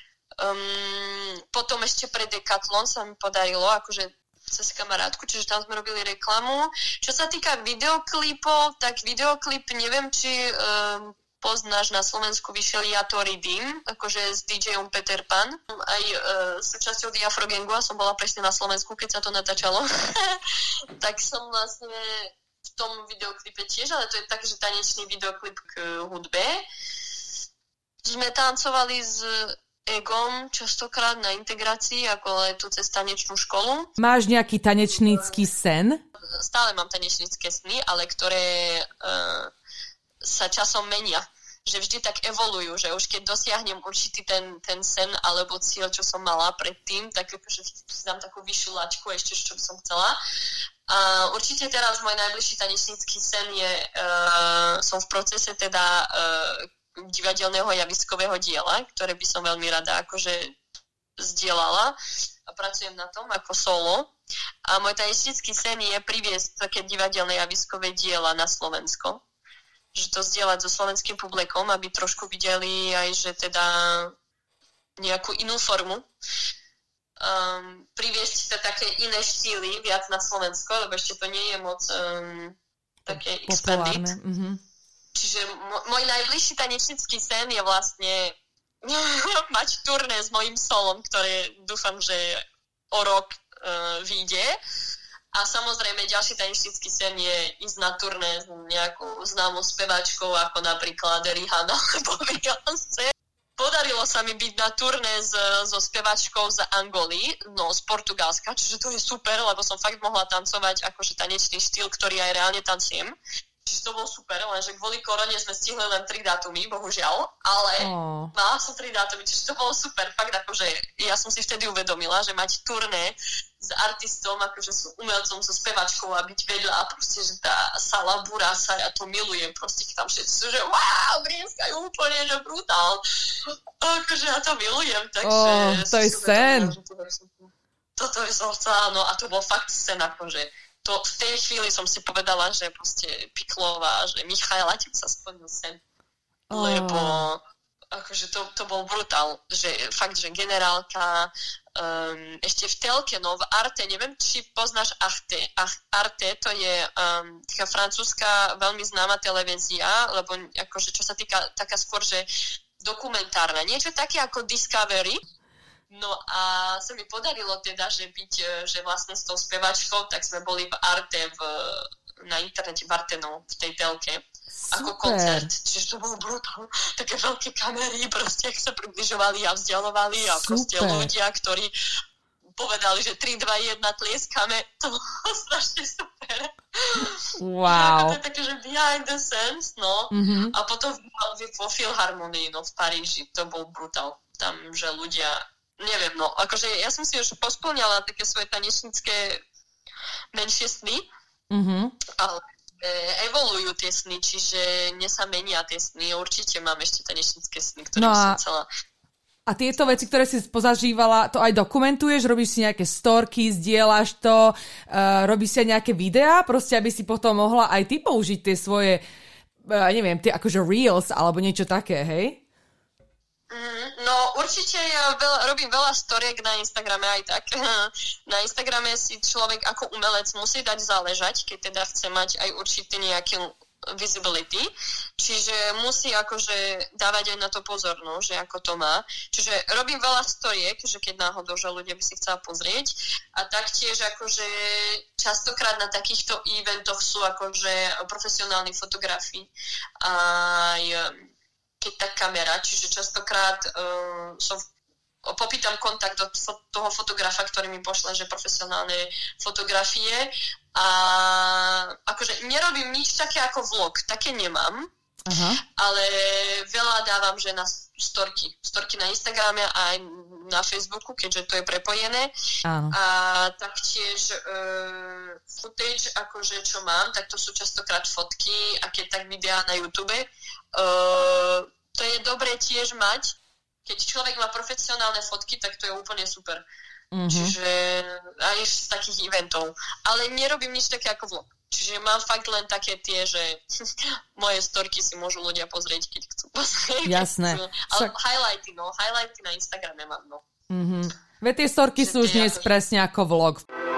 Potom ešte pre Decathlon sa mi podarilo, akože cez kamarátku, čiže tam sme robili reklamu. Čo sa týka videoklipov, tak videoklip, neviem, či poznáš, na Slovensku vyšiel Ja to Redeem, akože s DJom Peter Pan. Aj súčasťou The Afro Gangu, a som bola presne na Slovensku, keď sa to natáčalo. Tak som vlastne v tom videoklipe tiež, ale to je taký, že tanečný videoklip k hudbe. Sme tancovali s Egom častokrát na integrácii, ako aj tu cez tanečnú školu. Máš nejaký tanečnícky sen? Stále mám tanečnícke sny, ale ktoré sa časom menia. Že vždy tak evolujú, že už keď dosiahnem určitý ten sen alebo cieľ, čo som mala predtým, tak akože si dám takú vyššiu laťku ešte, čo by som chcela. A určite teraz môj najbližší tanečnícky sen je, som v procese teda divadelného javiskového diela, ktoré by som veľmi rada akože zdieľala a pracujem na tom ako solo. A môj tanečnícky sen je priviesť také divadelné javiskové diela na Slovensko. Že to zdieľať so slovenským publikom, aby trošku videli aj, že teda nejakú inú formu. Priviesť také iné štýly viac na Slovensko, lebo ešte to nie je moc také expanded. Čiže môj najbližší tanečnícky sen je vlastne mať turné s mojím solom, ktoré dúfam, že o rok vyjde. A samozrejme, ďalší tanečnícky sen je ísť na turné s nejakou známou spevačkou, ako napríklad Rihanna alebo Beyoncé. Podarilo sa mi byť na turné so spevačkou z Angoly, no z Portugalska, čiže to je super, lebo som fakt mohla tancovať akože tanečný štýl, ktorý aj reálne tancujem. Čiže to bolo super, lenže kvôli korone sme stihli len 3 dátumy, bohužiaľ, ale mala som 3 dátumy, čiže to bolo super. Fakt akože ja som si vtedy uvedomila, že mať turné s artistom, akože s umelcom, so spevačkou a byť vedľa a proste, že tá sala burá sa, ja to milujem, proste tam všetci sú, že wow, brieskajú úplne, že brutál. Akože ja to milujem, takže... to je sen. Toto je som chcela, no a to bol fakt sen, akože to v tej chvíli som si povedala, že proste Piklová, že Michaela, tým sa splnil sen. Lebo akože to bol brutál, že fakt, že generálka, ešte v telke, no v Arte, neviem, či poznáš Arte, to je taká francúzska veľmi známa televízia, lebo akože čo sa týka taká skôr, že dokumentárna, niečo také ako Discovery. No a sa mi podarilo teda, že vlastne s tou spevačkou, tak sme boli v Arte, na internete v Arte, no, v tej telke, ako koncert. Čiže to bolo brutálne. Také veľké kamery, proste, ak sa približovali a vzdialovali a proste ľudia, ktorí povedali, že 3, 2, 1 tlieskame, to bolo strašne super. Wow. To je také, že behind the scenes, no. Mm-hmm. A potom vo Filharmonii, no, v Paríži, to bol brutál. Tam, že ľudia... Neviem, no, akože ja som si už pospĺňala také svoje tanečnícke menšie sny, ale evolujú tie sny, čiže mne sa menia tie sny. Určite mám ešte tanečnícke sny, ktoré som chcela. A tieto veci, ktoré si pozažívala, to aj dokumentuješ? Robíš si nejaké storky, zdieľaš to, robíš si aj nejaké videá, proste aby si potom mohla aj ty použiť tie svoje, neviem, tie akože reels alebo niečo také, hej? No určite ja robím veľa storiek na Instagrame aj tak. Na Instagrame si človek ako umelec musí dať záležať, keď teda chce mať aj určitý nejaký visibility. Čiže musí akože dávať aj na to pozor, no, že ako to má. Čiže robím veľa storiek, že keď náhodou, že ľudia by si chcela pozrieť. A taktiež akože častokrát na takýchto eventoch sú akože profesionálni fotografi aj keď tá kamera, čiže častokrát popýtam kontakt od toho fotografa, ktorý mi pošle, že profesionálne fotografie a akože nerobím nič také ako vlog, také nemám, ale veľa dávam, že na storky na Instagrame a aj na Facebooku, keďže to je prepojené. A taktiež footage, akože čo mám, tak to sú častokrát fotky a keď tak videá na YouTube. To je dobré tiež mať. Keď človek má profesionálne fotky, tak to je úplne super. Čiže aj z takých eventov. Ale nerobím nič také ako vlog. Čiže mám fakt len také tie, že moje storky si môžu ľudia pozrieť, keď chcú pozrieť. Jasné. Ale highlighty na Instagrame mám, no. Veď tie storky sú už dnes presne ako vlog.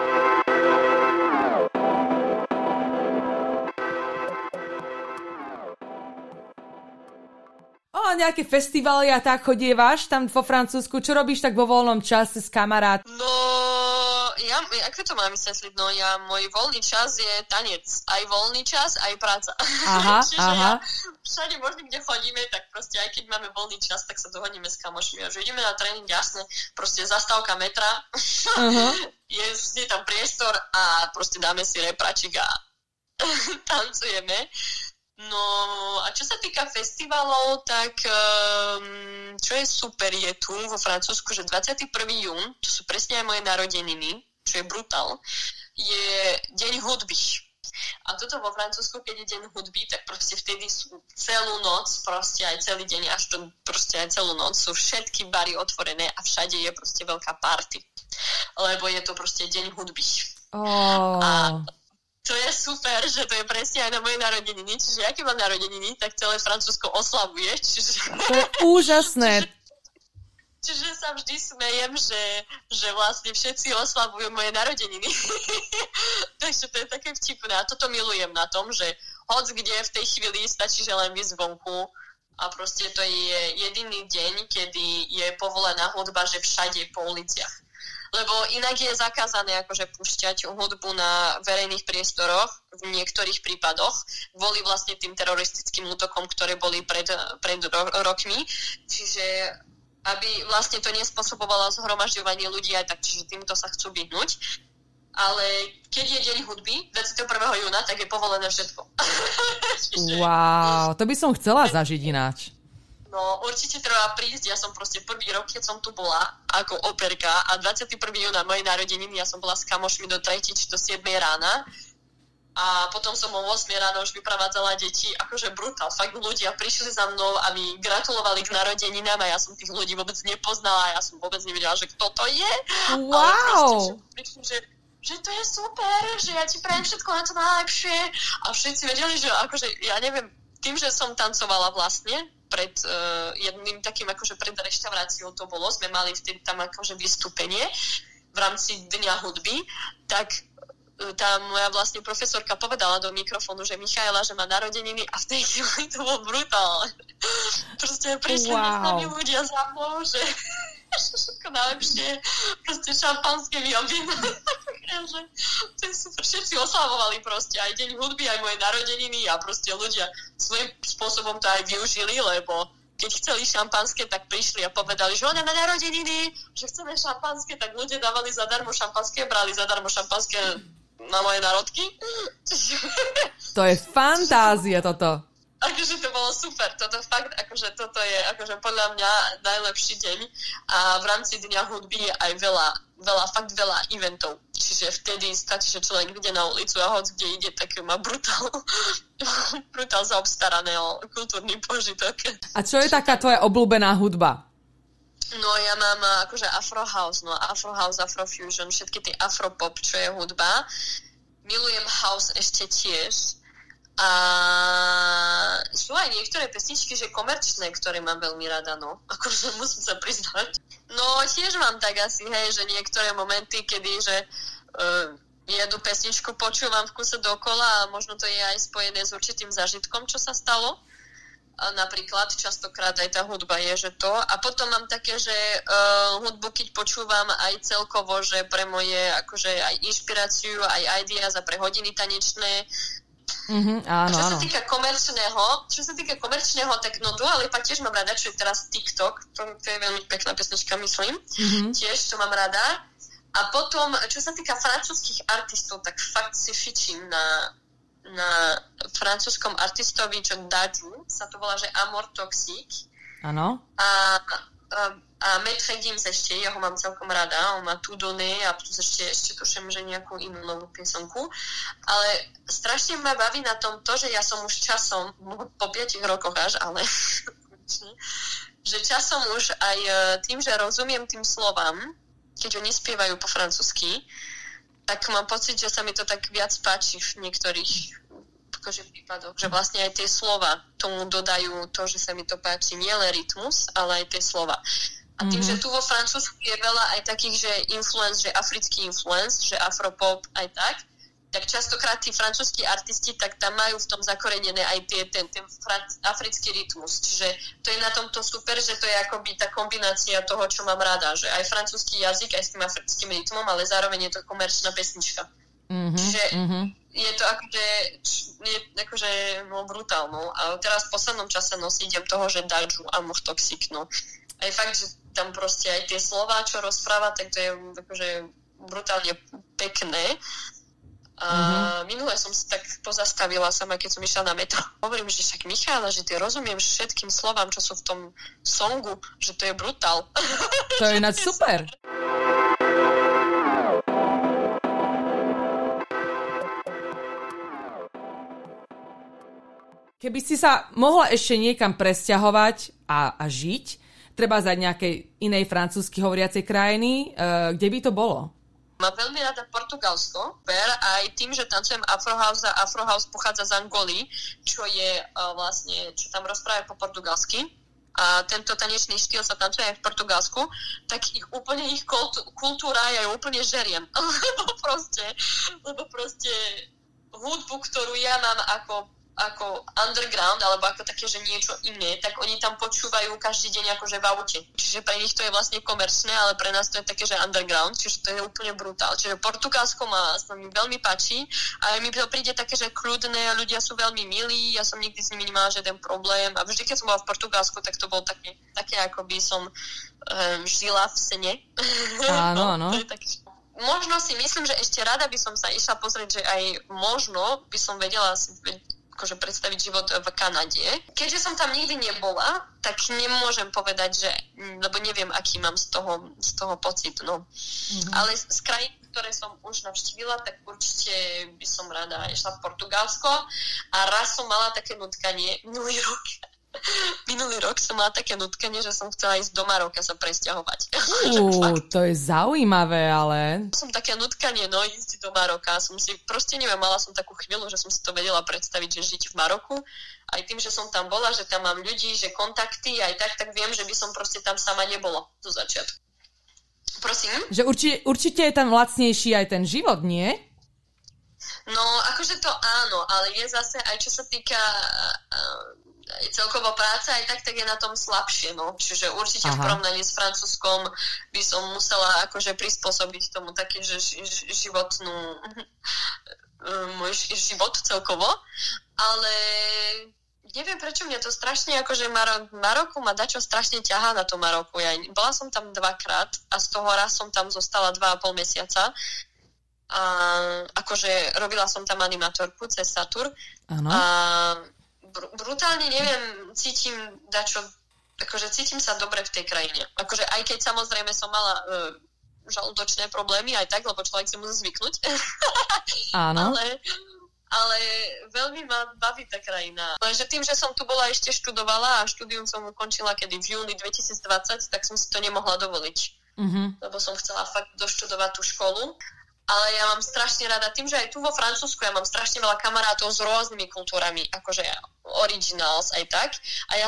Nejaké festivály a tak chodievaš tam vo Francúzsku? Čo robíš tak vo voľnom čase s kamarát? No, ako to mám vysvetliť? No, môj voľný čas je tanec. Aj voľný čas, aj práca. Čiže ja všade možno, kde chodíme, tak proste aj keď máme voľný čas, tak sa dohodneme s kamošmi. A že ideme na tréning, jasne, proste zastávka metra, je tam priestor a proste dáme si repračik a tancujeme. No a čo sa týka festivalov, tak čo je super je tu vo Francúzsku, že 21. jún, to sú presne aj moje narodeniny, čo je brutál, je deň hudby. A toto vo Francúzsku, keď je deň hudby, tak proste vtedy sú celú noc, proste aj celý deň, až to proste aj celú noc, sú všetky bary otvorené a všade je proste veľká party. Lebo je to proste deň hudby. A to je super, že to je presne aj na moje narodeniny. Čiže aké mám narodeniny, tak celé Francúzsko oslavuje. To je úžasné. Čiže sa vždy smejem, že vlastne všetci oslavujú moje narodeniny. Takže to je také vtipné. A toto milujem na tom, že hoc kde v tej chvíli stačí, že len výsť vonku a proste to je jediný deň, kedy je povolená hudba, že všade po uliciach. lebo inak je zakázané akože púšťať hudbu na verejných priestoroch v niektorých prípadoch, kvôli vlastne tým teroristickým útokom, ktoré boli pred rokmi. Čiže aby vlastne to nespôsobovalo zhromažďovanie ľudí aj tak, čiže týmto sa chcú vyhnúť. Ale keď je deň hudby 21. júna, tak je povolené všetko. Wow, to by som chcela zažiť ináč. No, určite treba prísť. Ja som proste prvý rok, keď som tu bola ako operka a 21. júna mojej narodeniny, ja som bola s kamošmi do 3. či do 7. rána a potom som o 8. ráno už vypravádzala deti. Akože brutál. Fakt ľudia prišli za mnou a mi gratulovali k narodeninám a ja som tých ľudí vôbec nepoznala a ja som vôbec nevedela, že kto to je. Wow! Ale proste, že to je super, že ja ti prajem všetko na to najlepšie. A všetci vedeli, že akože, ja neviem, tým, že som tancovala vlastne pred jedným takým, akože pred reštauráciou to bolo, sme mali vtedy tam akože vystúpenie v rámci Dňa hudby, tak tá moja vlastne profesorka povedala do mikrofónu, že Michaela, že má narodeniny a v tej chvíli to bolo brutálne. Proste prišli neznámi ľudia za mnou, že všetko najlepšie, proste šampanské vyobjednané. To je super, všetci oslavovali proste aj deň hudby, aj moje narodeniny a proste ľudia svojím spôsobom to aj využili, lebo keď chceli šampanské, tak prišli a povedali, že ona má narodeniny, že chceme šampanské, tak ľudia dávali zadarmo šampanské, brali zadarmo šampanské na moje národky. To je fantázia toto. Akože to bolo super, toto fakt, akože toto je akože podľa mňa najlepší deň a v rámci Dňa hudby je aj fakt veľa eventov, čiže vtedy stačí, že človek ide na ulicu a hoď kde ide, tak má brutál zaobstarané o kultúrny požitok. A čo je taká tvoja obľúbená hudba? No ja mám akože Afrohouse, Afrofusion, všetky tie Afropop, čo je hudba. Milujem house ešte tiež. A sú aj niektoré pesničky, že komerčné, ktoré mám veľmi rada, no. Akože musím sa priznať. No tiež mám tak asi, hej, že niektoré momenty, kedy, že jednu pesničku počúvam v kuse dokola a možno to je aj spojené s určitým zážitkom, čo sa stalo. A napríklad častokrát aj tá hudba je, že to. A potom mám také, že hudbu, keď počúvam aj celkovo, že pre moje akože aj inšpiráciu, aj ideas a pre hodiny tanečné. Áno, čo sa týka komerčného, tak no Dua Lipa tiež mám rada, čo je teraz TikTok, to je veľmi pekná pesnička, myslím, tiež to mám rada. A potom, čo sa týka francúzskych artistov, tak fakt si fičím na francúzskom artistovi, čo Dadju, sa to volá, že Amour Toxique. Áno. A Maître Gims ešte, ja ho mám celkom rada, on má Tout donné a plus ešte tuším, že nejakú inú novú piesonku. Ale strašne ma baví na tom to, že ja som už časom, po 5 rokoch až, ale že časom už aj tým, že rozumiem tým slovám, keď oni spievajú po francúzsky, tak mám pocit, že sa mi to tak viac páči v niektorých akože prípadoch, že vlastne aj tie slova tomu dodajú to, že sa mi to páči, nielen rytmus, ale aj tie slova. A tým, že tu vo Francúzsku je veľa aj takých, že influence, že africký influence, že afropop aj tak častokrát tí francúzski artisti, tak tam majú v tom zakorenené aj ten africký rytmus. Čiže to je na tomto super, že to je akoby tá kombinácia toho, čo mám rada, že aj francúzsky jazyk, aj s tým africkým rytmom, ale zároveň je to komerčná pesnička. Čiže je to akože no, brutálno. A teraz v poslednom čase idem toho, že Dadju Amour Toxique, no. Aj fakt, že tam proste aj tie slová, čo rozpráva, tak to je akože brutálne pekné. A minule som si tak pozastavila sama, keď som išla na metro. Hovorím, že však Michála, že ty rozumieš všetkým slovám, čo sú v tom songu, že to je brutál. To je ináč super. Keby si sa mohla ešte niekam presťahovať a žiť, treba za nejakej inej francúzsky hovoriacej krajiny, kde by to bolo? Mám veľmi rada Portugalsko, aj tým, že tancujem Afrohouse a Afrohouse pochádza z Angoly, čo je vlastne, čo tam rozprávajú po portugalsky. A tento tanečný štýl sa tancuje aj v Portugalsku, tak ich kultúra ja ju úplne žeriem. lebo proste hudbu, ktorú ja mám ako ako underground, alebo ako také, že niečo iné, tak oni tam počúvajú každý deň akože v aute. Čiže pre nich to je vlastne komerčné, ale pre nás to je také, že underground, čiže to je úplne brutál. Čiže Portugalsko sa mi veľmi páči a mi to príde také, že kľudné, ľudia sú veľmi milí, ja som nikdy s nimi nemala žiaden problém a vždy, keď som bola v Portugalsku, tak to bolo také ako by som žila v sene. Áno, áno. Možno si myslím, že ešte rada by som sa išla pozrieť, že aj možno by som vedela si akože predstaviť život v Kanade. Keďže som tam nikdy nebola, tak nemôžem povedať, že, lebo neviem, aký mám z toho pocit, no. Mm-hmm. Ale z krajín, ktoré som už navštívila, tak určite by som rada išla v Portugalsko a raz som mala také nutkanie Minulý rok som mala také nutkanie, že som chcela ísť do Maroka sa presťahovať. To je zaujímavé, ale... Som také nutkanie, ísť do Maroka. Som si, proste neviem, mala som takú chvíľu, že som si to vedela predstaviť, že žiť v Maroku. Aj tým, že som tam bola, že tam mám ľudí, že kontakty, aj tak viem, že by som proste tam sama nebola zo začiatku. Prosím? Že určite je tam lacnejší aj ten život, nie? No, akože to áno, ale je zase aj čo sa týka... celkovo práca aj tak je na tom slabšie, no. Čiže určite v porovnaní s Francúzskom by som musela akože prispôsobiť tomu taký, že môj život celkovo, ale neviem, prečo mňa to strašne, akože Maroku ma dačo strašne ťahá na to Maroku. Ja bola som tam 2-krát a z toho raz som tam zostala 2,5 mesiaca a akože robila som tam animatorku cez Saturn. Áno. A brutálne neviem, cítim sa dobre v tej krajine. Akože aj keď samozrejme som mala žalúdočné problémy, aj tak, lebo človek si musí zvyknúť. Áno. ale veľmi ma baví tá krajina. Lenže tým, že som tu bola ešte študovala a štúdium som ukončila kedy v júni 2020, tak som si to nemohla dovoliť. Mm-hmm. Lebo som chcela fakt doštudovať tú školu. Ale ja mám strašne rada tým, že aj tu vo Francúzsku ja mám strašne veľa kamarátov s rôznymi kultúrami, akože originals aj tak. A ja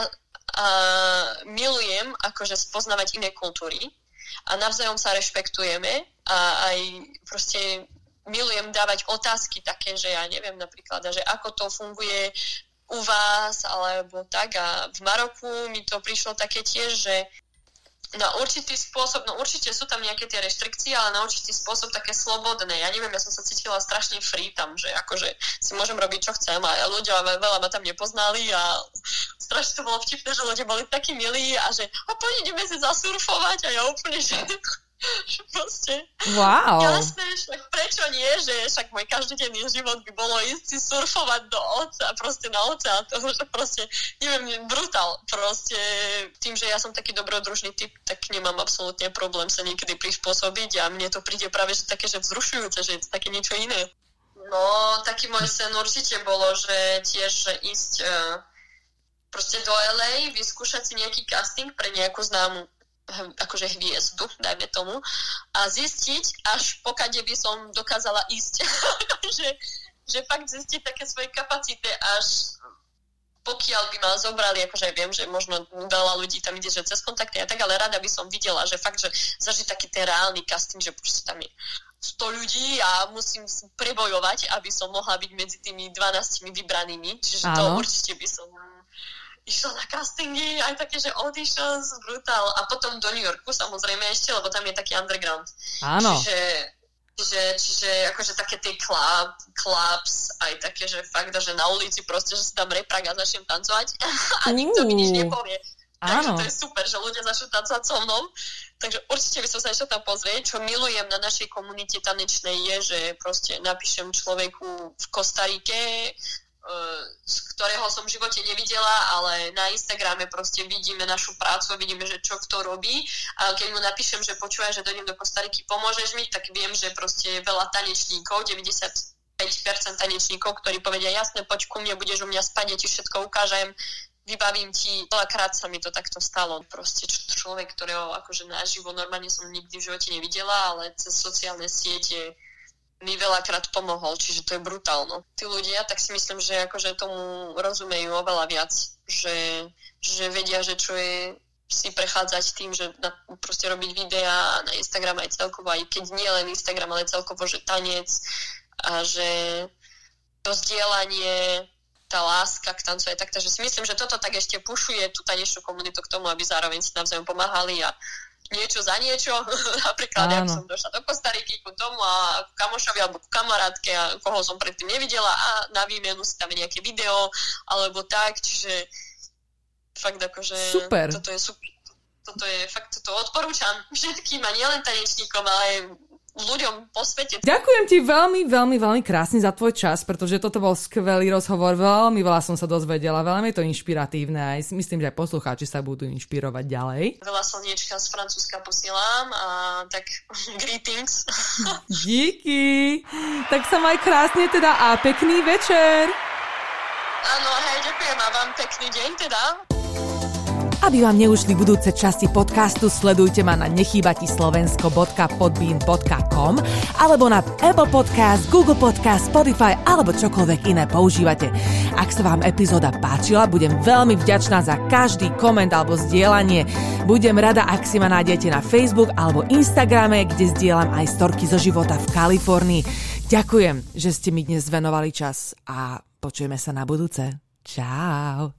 milujem akože spoznávať iné kultúry a navzájom sa rešpektujeme a aj proste milujem dávať otázky také, že ja neviem napríklad, že ako to funguje u vás alebo tak. A v Maroku mi to prišlo také tiež, že na určitý spôsob, určite sú tam nejaké tie reštrikcie, ale na určitý spôsob také slobodné. Ja neviem, ja som sa cítila strašne free tam, že akože si môžem robiť, čo chcem a ľudia veľa ma tam nepoznali a strašne to bolo vtipné, že ľudia boli takí milí a že ideme si zasurfovať a ja úplne, že proste wow. Jasné, však prečo nie, že však môj každodenný život by bolo ísť si surfovať do oceánu, proste na oceán, toho, že proste, neviem, brutál, proste tým, že ja som taký dobrodružný typ, tak nemám absolútne problém sa niekedy prispôsobiť a mne to príde práve, že také, že vzrušujúce, že je to také niečo iné. No, taký môj sen určite bolo, že tiež ísť proste do LA, vyskúšať si nejaký casting pre nejakú známu akože hviezdu, dajme tomu, a zistiť, až pokade by som dokázala ísť. že fakt zistiť také svoje kapacity, až pokiaľ by ma zobrali, akože viem, že možno veľa ľudí tam ide, že cez kontakty a tak, ale rada by som videla, že fakt, že zažiť taký ten reálny casting, že proste tam je 100 ľudí a musím prebojovať, aby som mohla byť medzi tými 12 vybranými, čiže to určite by som išla na castingy, aj také, že auditions, brutál. A potom do New Yorku samozrejme ešte, lebo tam je taký underground. Áno. Čiže akože také tie clubs, aj také, že fakt, že na ulici proste, že si tam reprak a začnem tancovať a nikto mi nič nepovie. Takže to je super, že ľudia začnú tancovať so mnou. Takže určite by som sa išla tam pozrieť. Čo milujem na našej komunite tanečnej je, že proste napíšem človeku v Kostarike, z ktorého som v živote nevidela, ale na Instagrame proste vidíme našu prácu a vidíme, že čo kto robí. A keď mu napíšem, že počúvaj, že dojdem do Kostariky, pomôžeš mi, tak viem, že proste je veľa tanečníkov, 95% tanečníkov, ktorí povedia, jasne, poď ku mne, budeš u mňa spať, ja ti všetko ukážem, vybavím ti. Veľakrát sa mi to takto stalo. Proste človek, ktorého akože naživo normálne som nikdy v živote nevidela, ale cez sociálne siete mi veľakrát pomohol, čiže to je brutálno. Tí ľudia, tak si myslím, že akože tomu rozumejú oveľa viac, že vedia, že čo je si prechádzať tým, že proste robiť videá na Instagram aj celkovo, aj keď nie len Instagram, ale celkovo, že tanec a že to zdieľanie tá láska k tancu je tak, takže si myslím, že toto tak ešte pušuje tú tanečnú komunitu k tomu, aby zároveň si navzájom pomáhali a niečo za niečo. Napríklad, ja som došla do Kostariky ku tomu a ku kamošovi alebo ku kamarátke, a koho som predtým nevidela a na výmenu si tam nejaké video alebo tak, čiže fakt akože super. Toto je super. Toto je fakt, toto odporúčam všetkým a nielen tanečníkom, ale aj ľuďom po svete. Ďakujem ti veľmi, veľmi, veľmi krásne za tvoj čas, pretože toto bol skvelý rozhovor, veľmi veľa som sa dozvedela, veľmi je to inšpiratívne a myslím, že aj poslucháči sa budú inšpirovať ďalej. Veľa slniečka z Francúzska posielam a tak greetings. Díky, tak sa maj krásne teda a pekný večer. Áno, hej, ďakujem a vám pekný deň teda. Aby vám neušli budúce časti podcastu, sledujte ma na nechýbatislovensko.podbean.com alebo na Apple Podcast, Google Podcast, Spotify alebo čokoľvek iné používate. Ak sa vám epizóda páčila, budem veľmi vďačná za každý koment alebo zdieľanie. Budem rada, ak si ma nájdete na Facebook alebo Instagrame, kde zdieľam aj storky zo života v Kalifornii. Ďakujem, že ste mi dnes venovali čas a počujeme sa na budúce. Čau.